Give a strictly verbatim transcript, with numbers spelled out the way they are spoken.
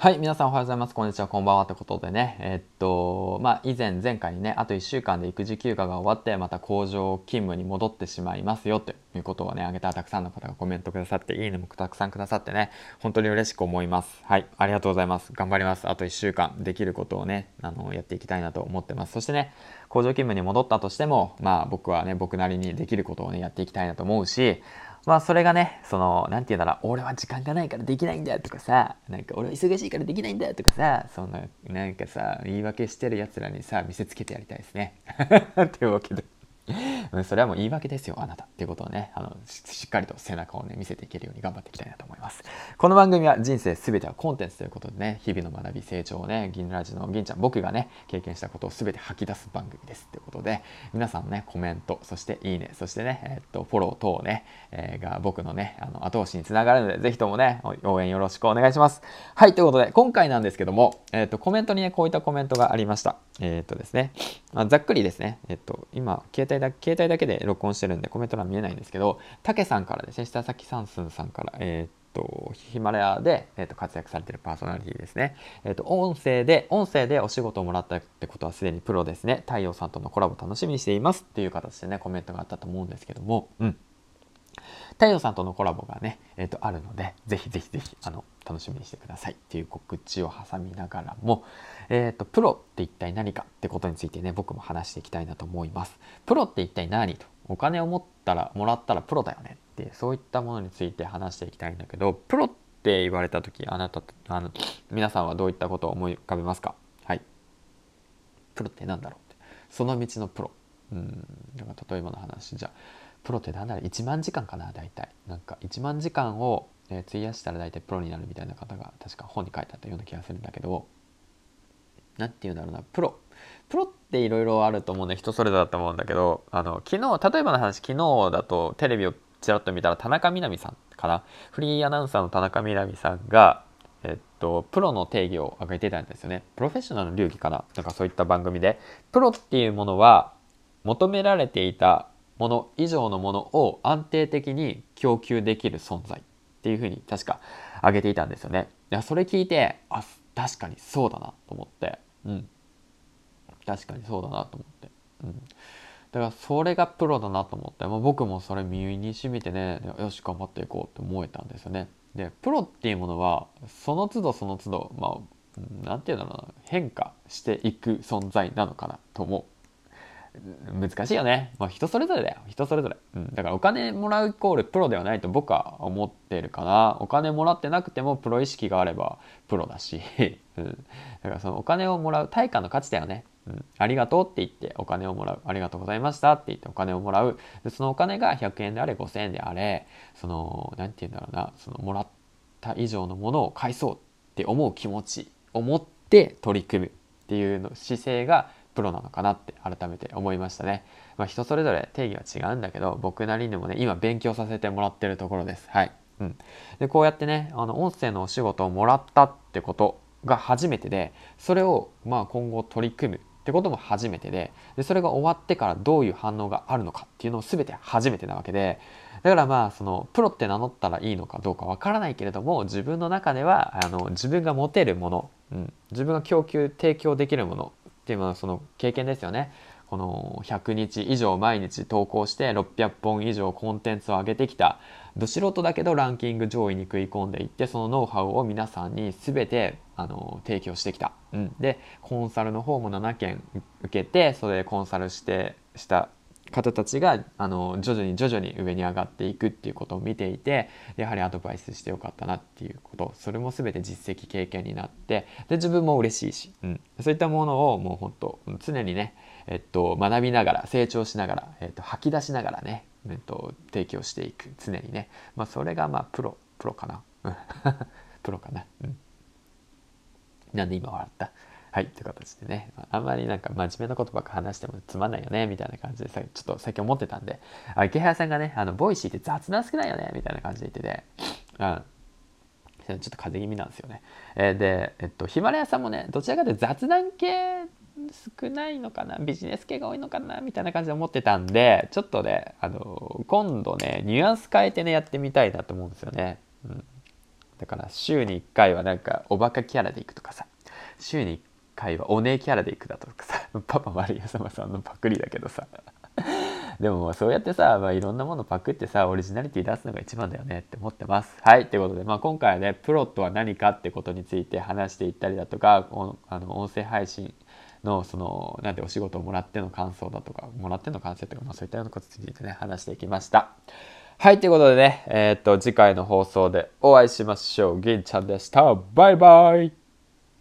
はい、皆さんおはようございます。こんにちは、こんばんはということでね、えーっと、まあ、以前、前回にね、あといっしゅうかんで育児休暇が終わって、また工場勤務に戻ってしまいますよ、ということをね、あげたらたくさんの方がコメントくださって、いいねもたくさんくださってね、本当に嬉しく思います。はい、ありがとうございます。頑張ります。あといっしゅうかんできることをね、あの、やっていきたいなと思ってます。そしてね、工場勤務に戻ったとしても、まあ、僕はね、僕なりにできることをね、やっていきたいなと思うし、まあそれがね、その、なんて言うんだろう、俺は時間がないからできないんだとかさ、なんか俺は忙しいからできないんだとかさ、そんな、なんかさ、言い訳してる奴らにさ、見せつけてやりたいですね。というわけで。それはもう言い訳ですよ、あなた。っていうことをね、あのし、しっかりと背中をね、見せていけるように頑張っていきたいなと思います。この番組は人生すべてはコンテンツということでね、日々の学び、成長をね、銀ラジの銀ちゃん、僕がね、経験したことをすべて吐き出す番組です。ということで、皆さんのね、コメント、そしていいね、そしてね、えっと、フォロー等ね、えー、が僕のね、あの後押しにつながるので、ぜひともね、応援よろしくお願いします。はい、ということで、今回なんですけども、えっと、コメントにね、こういったコメントがありました。えっとですね、まあ、ざっくりですね、えっと、今、携帯だ、携帯だけで録音してるんでコメント欄見えないんですけど、たけさんからですね、下崎さんすんさんから、えー、っと、ヒマラヤで、えー、っと活躍されているパーソナリティですね。えー、っと、音声で、音声でお仕事をもらったってことはすでにプロですね。太陽さんとのコラボ楽しみにしていますっていう形でね、コメントがあったと思うんですけども、うん。太陽さんとのコラボがね、えー、とあるので、ぜひぜひぜひあの楽しみにしてくださいっていう告知を挟みながらも、えー、とプロって一体何かってことについてね、僕も話していきたいなと思います。プロって一体何と、お金を持ったらもらったらプロだよねって、そういったものについて話していきたいんだけど、プロって言われた時、あなたあの皆さんはどういったことを思い浮かべますか？はい、プロって何だろうって、その道のプロ。うん、だから例えばの話じゃ、プロって何だろう、いちまんじかんかな、大体なんかいちまんじかんを、えー費やしたら大体プロになるみたいな方が確か本に書いてあったような気がするんだけど、なんて言うんだろうな、プロプロっていろいろあると思うんで、人それぞれだと思うんだけど、あの昨日、例えばの話、昨日だとテレビをちらっと見たら田中みな実さんかな、フリーアナウンサーの田中みな実さんがえっと、プロの定義を挙げてたんですよね。プロフェッショナルの流儀かな、なんかそういった番組で、プロっていうものは求められていたもの以上のものを安定的に供給できる存在っていうふうに確か挙げていたんですよね。いや、それ聞いて、あ、確かにそうだなと思って、うん、確かにそうだなと思って、うん、だからそれがプロだなと思って、まあ、僕もそれ身に染みてね、よし頑張っていこうって思えたんですよね。でプロっていうものはその都度その都度、まあなんていうんだろうな、変化していく存在なのかなと思う。難しいよね。まあ人それぞれだよ。人それぞれ。うん。だからお金もらうイコールプロではないと僕は思ってるかな。お金もらってなくてもプロ意識があればプロだし。うん。だからそのお金をもらう対価の価値だよね。うん。ありがとうって言ってお金をもらう。ありがとうございましたって言ってお金をもらう。でそのお金がひゃくえんであれごせんえんであれ、その、なんて言うんだろうな、そのもらった以上のものを返そうって思う気持ちを持って取り組むっていうの姿勢がプロなのかなって改めて思いましたね。まあ、人それぞれ定義は違うんだけど、僕なりにもね、今勉強させてもらってるところです。はい。うん。で、こうやってね、あの、音声のお仕事をもらったってことが初めてで、それを、まあ、今後取り組むってことも初めてで、で、それが終わってからどういう反応があるのかっていうのを全て初めてなわけで、だからまあ、その、プロって名乗ったらいいのかどうかわからないけれども、自分の中では、あの、自分が持てるもの、うん、自分が供給、提供できるもの、っていうのはその経験ですよね。このひゃくにち以上毎日投稿してろっぴゃっぽん以上コンテンツを上げてきた、ど素人だけどランキング上位に食い込んでいって、そのノウハウを皆さんに全てあの提供してきた、うん、でコンサルの方もななけん受けて、それでコンサルしてした方たちがあの徐々に徐々に上に上がっていくっていうことを見ていて、やはりアドバイスしてよかったなっていうこと、それも全て実績経験になって、で自分も嬉しいし、うん、そういったものをもう本当常にね、えっと、学びながら成長しながら、えっと、吐き出しながらね、えっと、提供していく、常にね、まあ、それがまあプロプロかなプロかな、うん、なんで今笑った。はい、という形でね、あんまりなんか真面目なことばっか話してもつまんないよねみたいな感じでさ、ちょっと最近思ってたんで、あ、池原さんがね、あのボイシーって雑談少ないよねみたいな感じで言ってて、うん、ちょっと風邪気味なんですよね。えーで、えっと、ヒマラヤさんもね、どちらかというと雑談系少ないのかな、ビジネス系が多いのかなみたいな感じで思ってたんで、ちょっとね、あの今度ね、ニュアンス変えてね、やってみたいなと思うんですよね。うん、 だから週にいっかいはなんかおバカキャラで行くとかさ、週にいっかいはお姉キャラで行くだとかさ、パパマリア様さんのパクリだけどさでもまあそうやってさ、まあ、いろんなものパクってさオリジナリティ出すのが一番だよねって思ってます。はい、ということで、まあ、今回はねプロとは何かってことについて話していったりだとか、あの音声配信のそのなんてお仕事をもらっての感想だとかもらっての感想とか、まあ、そういったようなことについてね話していきました。はい、ということでね、えー、っと次回の放送でお会いしましょう。銀ちゃんでした。バイバイ。